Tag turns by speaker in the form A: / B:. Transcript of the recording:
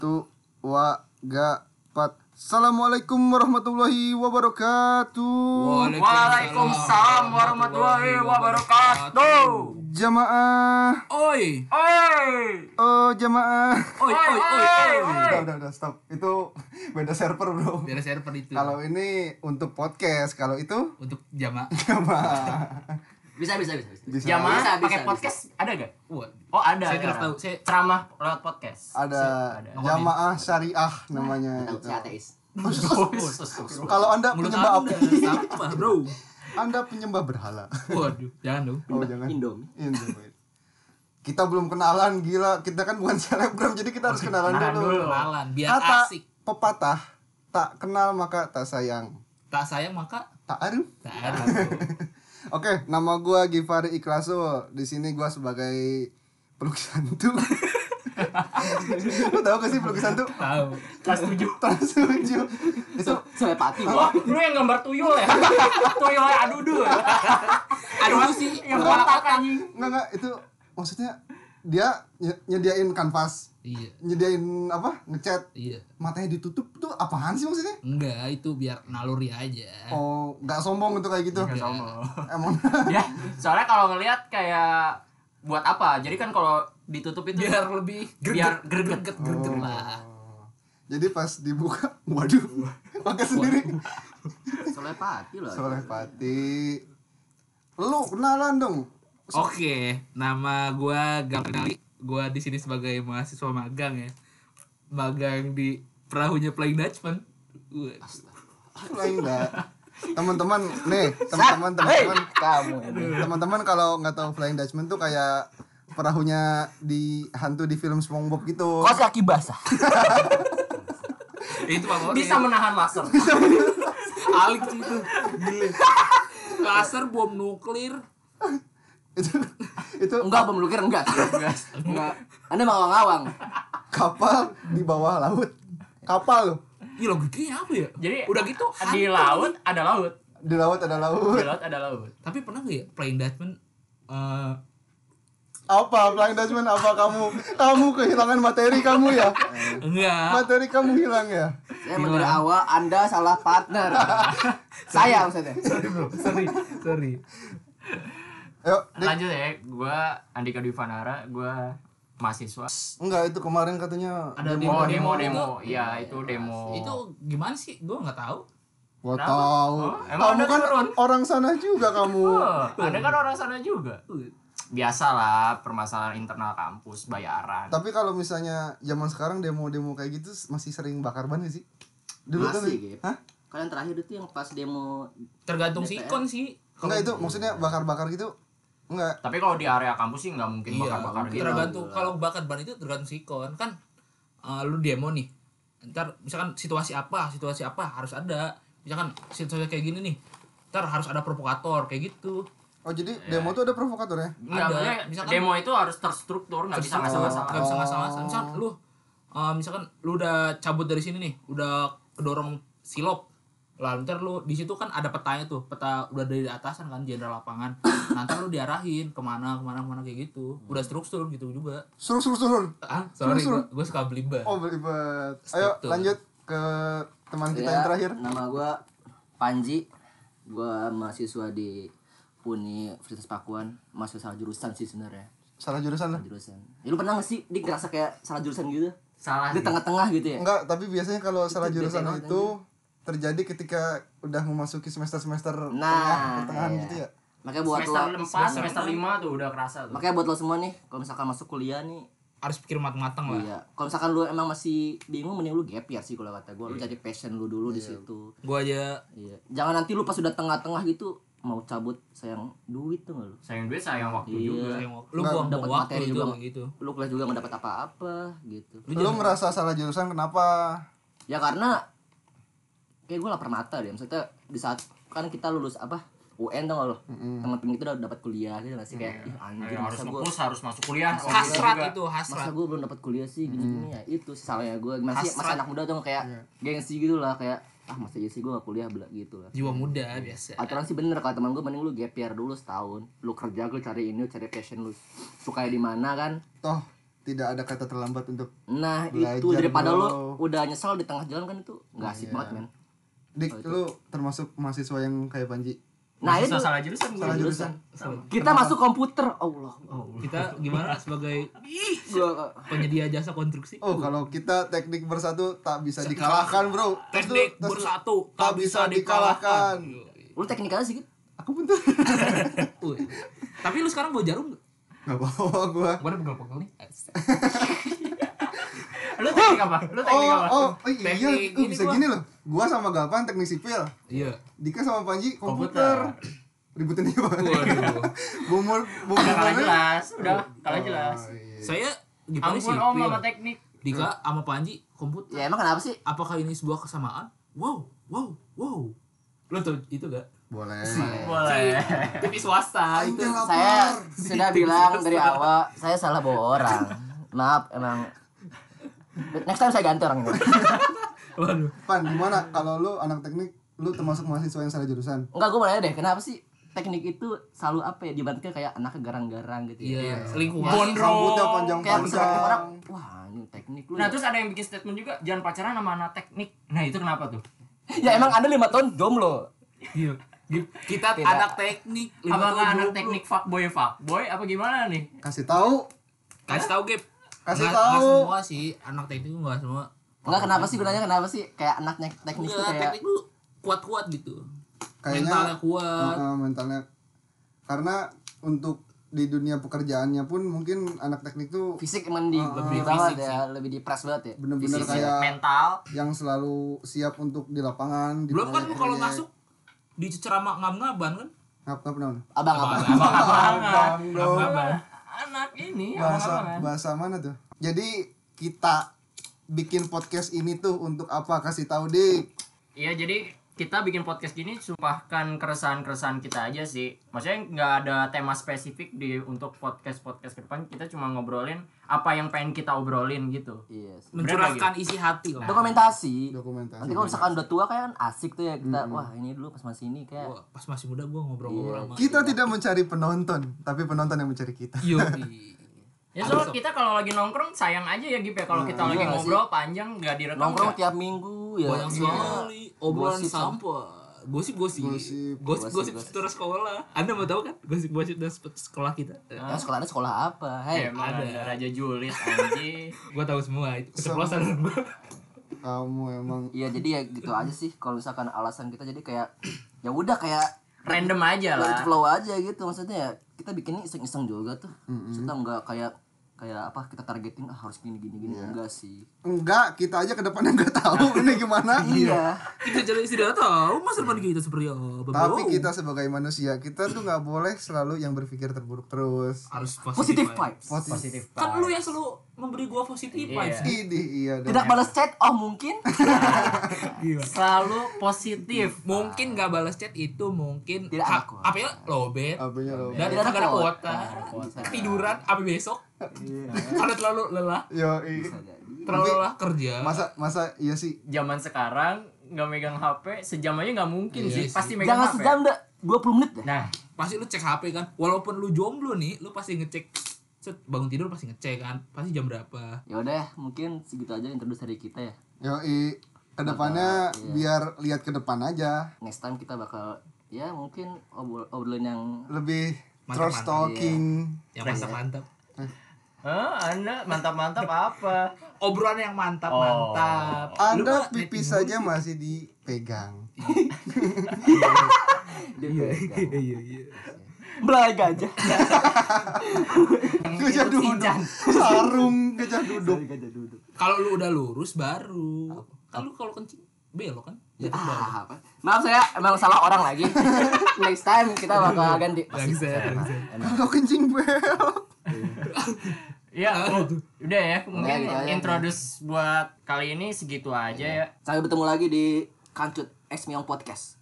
A: Tu wa ga pat. Assalamualaikum warahmatullahi wabarakatuh.
B: Waalaikumsalam warahmatullahi wabarakatuh.
A: Jamaah.
B: Oi.
A: Oh jamaah.
B: Oi.
A: Udah stop. Itu beda server bro.
B: Beda server itu.
A: Kalau ini untuk podcast, kalau itu
B: untuk jamaah.
C: Bisa.
B: Jamaah pakai
C: bisa.
B: podcast ada gak? Oh ada. Saya tidak tahu. Saya ceramah lewat podcast.
A: ada jamaah syariah namanya.
C: Tahu saya ateis.
A: Kalau Anda penyembah apa?
B: Sampah, bro.
A: Anda penyembah berhala.
B: Waduh, jangan dong.
A: Oh jangan.
C: Indomie.
A: Kita belum kenalan, gila. Kita kan bukan selebgram, jadi kita harus kenalan dulu.
B: Kenalan biar
A: Kata
B: asik.
A: pepatah, tak kenal maka tak sayang.
B: Tak sayang maka
A: Tak aruh.
B: tak ada. Bro.
A: Oke, nama gua Givari Ikhlasul. Di sini gua sebagai pelukis hantu. Lu tahu gak sih pelukis hantu?
B: Tahu. Kelas 7.
A: Trans 7. Itu
C: Selepati.
B: Oh, lu yang gambar tuyul ya? Tuyul adudu. Adudu sih yang kotak anjing.
A: enggak, itu maksudnya dia nyediain kanvas.
B: Iya.
A: Nyediain apa? Ngecat.
B: Iya.
A: Matanya ditutup tuh apaan sih maksudnya?
B: Enggak, itu biar naluri aja.
A: Oh, enggak sombong gitu kayak gitu.
B: Enggak sombong.
A: Emang
D: Ya, soalnya kalau ngelihat kayak buat apa? Jadi kan kalau ditutup itu
B: Biar lebih greget lah.
A: jadi pas dibuka, waduh, pakai sendiri.
C: Selepati lah.
A: Soleh Pati. Lu kenalan dong.
B: Oke, nama gua Gabriel. Gua di sini sebagai mahasiswa magang ya. Magang di perahunya Flying Dutchman.
A: Flying Dutch. Teman-teman, nih, teman-teman kalau nggak tahu Flying Dutchman tuh kayak perahunya di hantu di film SpongeBob gitu.
C: Kos kaki basah.
B: Itu favorit.
D: bisa menahan laser.
B: Alik sih itu. Gila. Laser bom nuklir.
A: itu
C: Enggak, pemblokir enggak. Anda mengawang-awang.
A: kapal di bawah laut. Kapal loh.
B: Iya logikanya apa ya?
D: Jadi
B: udah gitu
D: di
B: hantu.
D: laut ada laut.
A: Di laut ada
D: Di
A: laut.
D: laut ada laut.
B: Tapi pernah gak ya Flying Dutchman
A: Apa Flying Dutchman? Apa kamu kehilangan materi kamu ya?
B: enggak.
A: Materi kamu hilang ya?
C: Saya menurut awal Anda salah partner. Saya maksudnya.
B: Sorry.
A: Ayo, Dik.
D: Lanjut ya, gua Andika Dwi Fanara, gua mahasiswa.
A: Enggak, itu kemarin katanya
B: Ada
D: Oh,
B: demo.
D: demo. Iya, itu demo.
B: Itu gimana sih? Gua enggak tahu.
A: gua
D: Kenapa?
A: tahu.
D: Oh, emang
A: Kamu
D: Anda
A: kan
D: turun?
A: orang sana juga kamu.
D: Oh, Anda kan orang sana juga. Biasalah permasalahan internal kampus, bayaran.
A: Tapi kalau misalnya zaman sekarang demo-demo kayak gitu masih sering bakar ban gak sih? Dulu kan.
C: Masih, Gip.
A: Hah?
C: Kalian terakhir itu yang pas demo
B: Tergantung
C: DPR.
B: sikon sih.
A: Enggak, itu maksudnya bakar-bakar gitu. Enggak.
D: Tapi kalau di area kampus sih nggak mungkin
B: Iya,
D: bakar-bakar gitu.
B: tergantung kalau bakar ban itu tergantung sikon kan. Lu demo nih. Ntar misalkan situasi apa harus ada. Misalkan situasi kayak gini nih. Ntar harus ada provokator kayak gitu.
A: Oh, jadi demo tuh ada provokatornya?
D: Nggak,
B: Ada.
D: maksudnya
B: Misalkan-
D: demo itu harus terstruktur, nggak bisa ngasal-ngasal.
B: Nggak bisa ngasal-ngasal. Misalkan lu udah cabut dari sini nih, udah kedorong silop. Lah ntar lu di situ kan ada petanya tuh, peta udah dari atasan kan jenderal lapangan. Nanti lu diarahin kemana kayak gitu. Udah struktur gitu juga.
A: Suruh.
B: Sorry,
A: Suruh.
B: gue suka belibet.
A: Oh, belibet. Ayo
B: Struktur.
A: lanjut ke teman kita
C: Ya,
A: yang terakhir.
C: Nama gua Panji. Gua mahasiswa di Universitas Pakuan. Mahasiswa salah jurusan sih sebenarnya.
A: Salah jurusan lah.
C: Salah jurusan. Ya, lu pernah gak sih ngerasa kayak salah jurusan gitu?
D: Salah.
C: Di tengah-tengah gitu ya?
A: Enggak, tapi biasanya kalau salah
C: Itu
A: jurusan
C: bete banget,
A: itu terjadi ketika udah memasuki semester-semester
C: Nah,
A: pertengahan
C: iya.
A: gitu ya.
C: Makanya buat
D: Semester
C: lo
D: 4, semester 5 tuh udah kerasa tuh.
C: Makanya buat lo semua nih, kalau misalkan masuk kuliah nih,
B: Harus pikir matang-matang lah.
C: iya. Kalau misalkan lu emang masih bingung, mending lu gap year sih kalau kata gua. Lu cari passion lu dulu di situ.
B: Gue aja
C: Iya. Jangan nanti lu pas udah tengah-tengah gitu mau cabut sayang duit tuh nggak lu?
D: Sayang duit, sayang waktu
C: Iya.
D: juga.
B: lu
A: Nggak,
B: buang
C: dapat
B: waktu
C: materi
B: itu
C: juga.
B: kayak gitu.
C: Lu kuliah juga nggak dapat apa-apa gitu.
A: Lu merasa salah jurusan kenapa?
C: Ya karena kayak gua lapar mata deh. Maksudnya di saat kan kita lulus apa? UN tau gak lo? Temen-temen kita udah dapat kuliah gitu nggak sih kayak ih anjir
D: Harus
C: masa gua
D: nge-push, harus masuk kuliah.
B: Hasrat
D: juga.
B: itu,
C: masa
B: hasrat.
C: gue belum dapat kuliah sih gini-gini ya itu sih salahnya gue masih
B: Hasrat.
C: anak muda tuh kayak gengsi gitu lah kayak masa iya sih gue gak kuliah gitu lah.
B: Jiwa muda biasa.
C: Aturan sih bener kalau teman gue mending lu gap year dulu setahun, lu kerja lu cari ini, lu cari passion lu suka di mana kan.
A: Toh tidak ada kata terlambat untuk
C: Nah
A: belajar,
C: itu daripada
A: bro.
C: lu udah nyesel di tengah jalan kan itu nggak asik banget men.
A: Dik, lu termasuk mahasiswa yang kayak Panji.
C: Nah itu
D: salah jurusan gue.
A: Salah jurusan.
C: kita masuk komputer, Allah.
B: Kita gimana sebagai
C: Gua
B: penyedia jasa konstruksi?
A: Oh, kalau kita teknik bersatu tak bisa dikalahkan, bro.
B: Teknik bersatu tak bisa dikalahkan.
C: lu teknik aja sih gitu.
A: Aku bentar.
B: Wih. Tapi lu sekarang bawa jarum nggak?
A: Gak bawa gua.
B: Gua udah pegel-pegel nih.
D: Lu teknik apa? Lu teknik apa?
A: Iya,
B: Teknik ini
A: bisa
B: gua.
A: gini loh. Gua sama Gapan teknik sipil.
B: Iya.
A: Dika sama Panji komputer. Ributin dia.
B: Waduh.
A: Bumur
D: Udah kalah jelas, udah kalah jelas.
B: Saya gimana sih?
D: Ampun om sama teknik.
B: Dika sama Panji komputer.
C: Ya emang kenapa sih?
B: Apakah ini sebuah kesamaan? Wow. Lo tau itu gak?
A: Boleh.
D: Boleh.
B: TV swasta itu.
C: Saya sudah bilang dari awal saya salah bawa orang. Maaf emang. Next time saya ganti orang ini.
B: Waduh.
A: Pan, gimana kalau lu anak teknik, lu termasuk mahasiswa yang salah jurusan?
C: Enggak, gue mau nanya deh, kenapa sih teknik itu selalu apa ya dibandingkan kayak anaknya garang-garang gitu ya?
B: Iya, lingkungan.
A: Rambutnya
C: Kayak
A: panjang-panjang.
C: perspektif orang, wah ini teknik lu.
D: Nah
C: ya.
D: terus ada yang bikin statement juga jangan pacaran sama anak teknik. Nah itu kenapa tuh?
C: Ya emang Anda 5 tahun jomblo.
B: Iya. Kita
C: Tidak.
B: anak teknik.
D: Apakah anak
B: 50-20.
D: teknik fuckboy apa gimana nih?
A: Kasih tahu.
B: Kasih tahu Gap.
A: Kasih
B: Nggak
A: tahu.
B: semua sih anak teknik itu nggak semua.
C: Enggak, kenapa sih gunanya, kenapa sih kayak anak teknik tuh
B: Enggak,
C: kayak
B: teknik lu kuat-kuat gitu.
A: Kayaknya
B: Mentalnya kuat.
A: mentalnya. Karena untuk di dunia pekerjaannya pun mungkin anak teknik tuh
C: fisik emang di
B: lebih
C: banget
B: fisik
C: ya, lebih di press banget ya.
A: bener-bener
C: Fisik.
A: kayak
D: Mental.
A: yang selalu siap untuk di lapangan. Di
B: Belum kan lu kalau
A: proyek-proyek.
B: masuk dicecer sama ngam-ngaban kan?
A: Ngap kenapa?
C: Abang-abang.
A: Abang dong.
D: Anak ini
A: Bahasa bahasa mana tuh? Jadi kita bikin podcast ini tuh untuk apa? Kasih tahu Dik.
D: Iya jadi kita bikin podcast gini sumpahkan keresahan-keresahan kita aja sih. Maksudnya nggak ada tema spesifik untuk podcast ke depan. Kita cuma ngobrolin apa yang pengen kita obrolin gitu.
C: Iya sih.
B: Mencurahkan isi hati lah.
C: Dokumentasi.
A: Dokumentasi.
C: Nanti kalau misalkan udah tua kan asik tuh ya kita, wah ini dulu pas masih ini kayak
B: Wah, pas masih muda gua ngobrol-ngobrol sama.
A: Kita tidak mencari penonton, tapi penonton yang mencari kita.
B: Yo.
D: Ya soalnya kita kalau lagi nongkrong sayang aja ya Gip ya kalau kita lagi
C: iya
D: ngobrol panjang nggak direkam.
C: nongkrong
D: nggak?
C: tiap minggu ya.
B: Banyak sekali obrolan
C: Gosip,
B: sampah. Gosip-gosip. Gosip seputar sekolah. Anda mau tahu kan gosip-gosip dari sekolah kita?
C: Yang sekolahnya sekolah apa?
D: Ya,
C: Hei.
D: emang ada Raja Julius anjing.
B: Gua tahu semua itu. Keceplosan gua.
A: Kamu emang
C: Iya jadi ya gitu aja sih kalau misalkan alasan kita jadi kayak ya udah kayak
D: Random aja
C: let it
D: lah.
C: flow aja gitu, maksudnya ya kita bikinnya iseng-iseng juga tuh. Maksudnya enggak kayak apa kita targetin harus gini enggak sih.
A: enggak, kita aja ke depannya enggak tahu ini gimana.
C: Iya.
B: Kita jadi tidak tahu masa depan kita seperti apa. bro.
A: Tapi kita sebagai manusia, kita tuh nggak boleh selalu yang berpikir terburuk terus.
B: harus
C: Positive
B: vibes.
C: vibes.
D: Positif.
B: Kan lu yang selalu memberi gua positive
D: Iya.
B: vibes.
A: Iya dong.
C: Tidak balas chat, oh mungkin.
D: Selalu positif.
B: Mungkin gak balas chat itu mungkin
C: Tidak ada kuota.
B: apa ya lobet
A: Apanya lo?
B: dan
C: Tidak ada
B: tidak ada
C: kuota.
B: kuota tiduran apa besok kalau terlalu lelah
A: Yo,
B: terlalu
A: Tapi-
B: lelah kerja
A: masa iya sih.
D: Zaman sekarang nggak megang HP sejam aja nggak mungkin
B: Iya
D: sih.
B: sih.
D: Pasti megang
C: Jangan
D: HP.
C: sejam dah, 20 menit dah.
D: Nah,
B: pasti lu cek HP kan walaupun lu jomblo nih lu pasti ngecek set bangun tidur pasti ngecek kan pasti jam berapa
C: Ya udah, mungkin segitu aja introduce dari kita ya.
A: Yo, kedepannya
C: Iya.
A: biar lihat ke depan aja.
C: Next time kita bakal ya mungkin obrolin yang
A: Lebih
B: Mantap,
A: trust talking.
B: yang mantap-mantap
D: Anda mantap-mantap apa?
B: obrolan yang mantap-mantap Lu
A: Anda
B: mah
A: pipis
B: netizen
A: saja masih dipegang.
B: iya
C: belai gajah.
A: Gajah duduk. Sarung gajah duduk.
B: kalau lu udah lurus baru kan lu kalau kencing belok kan jatuh balik.
C: Apa? Maaf saya emang salah orang lagi. Next time kita bakal ganti.
B: Langsat.
A: Kalau kencing belok.
D: Ya, udah ya. Mungkin
C: gitu aja.
D: introduce buat kali ini segitu aja ya.
C: Sampai bertemu lagi di Kancut X Miong Podcast.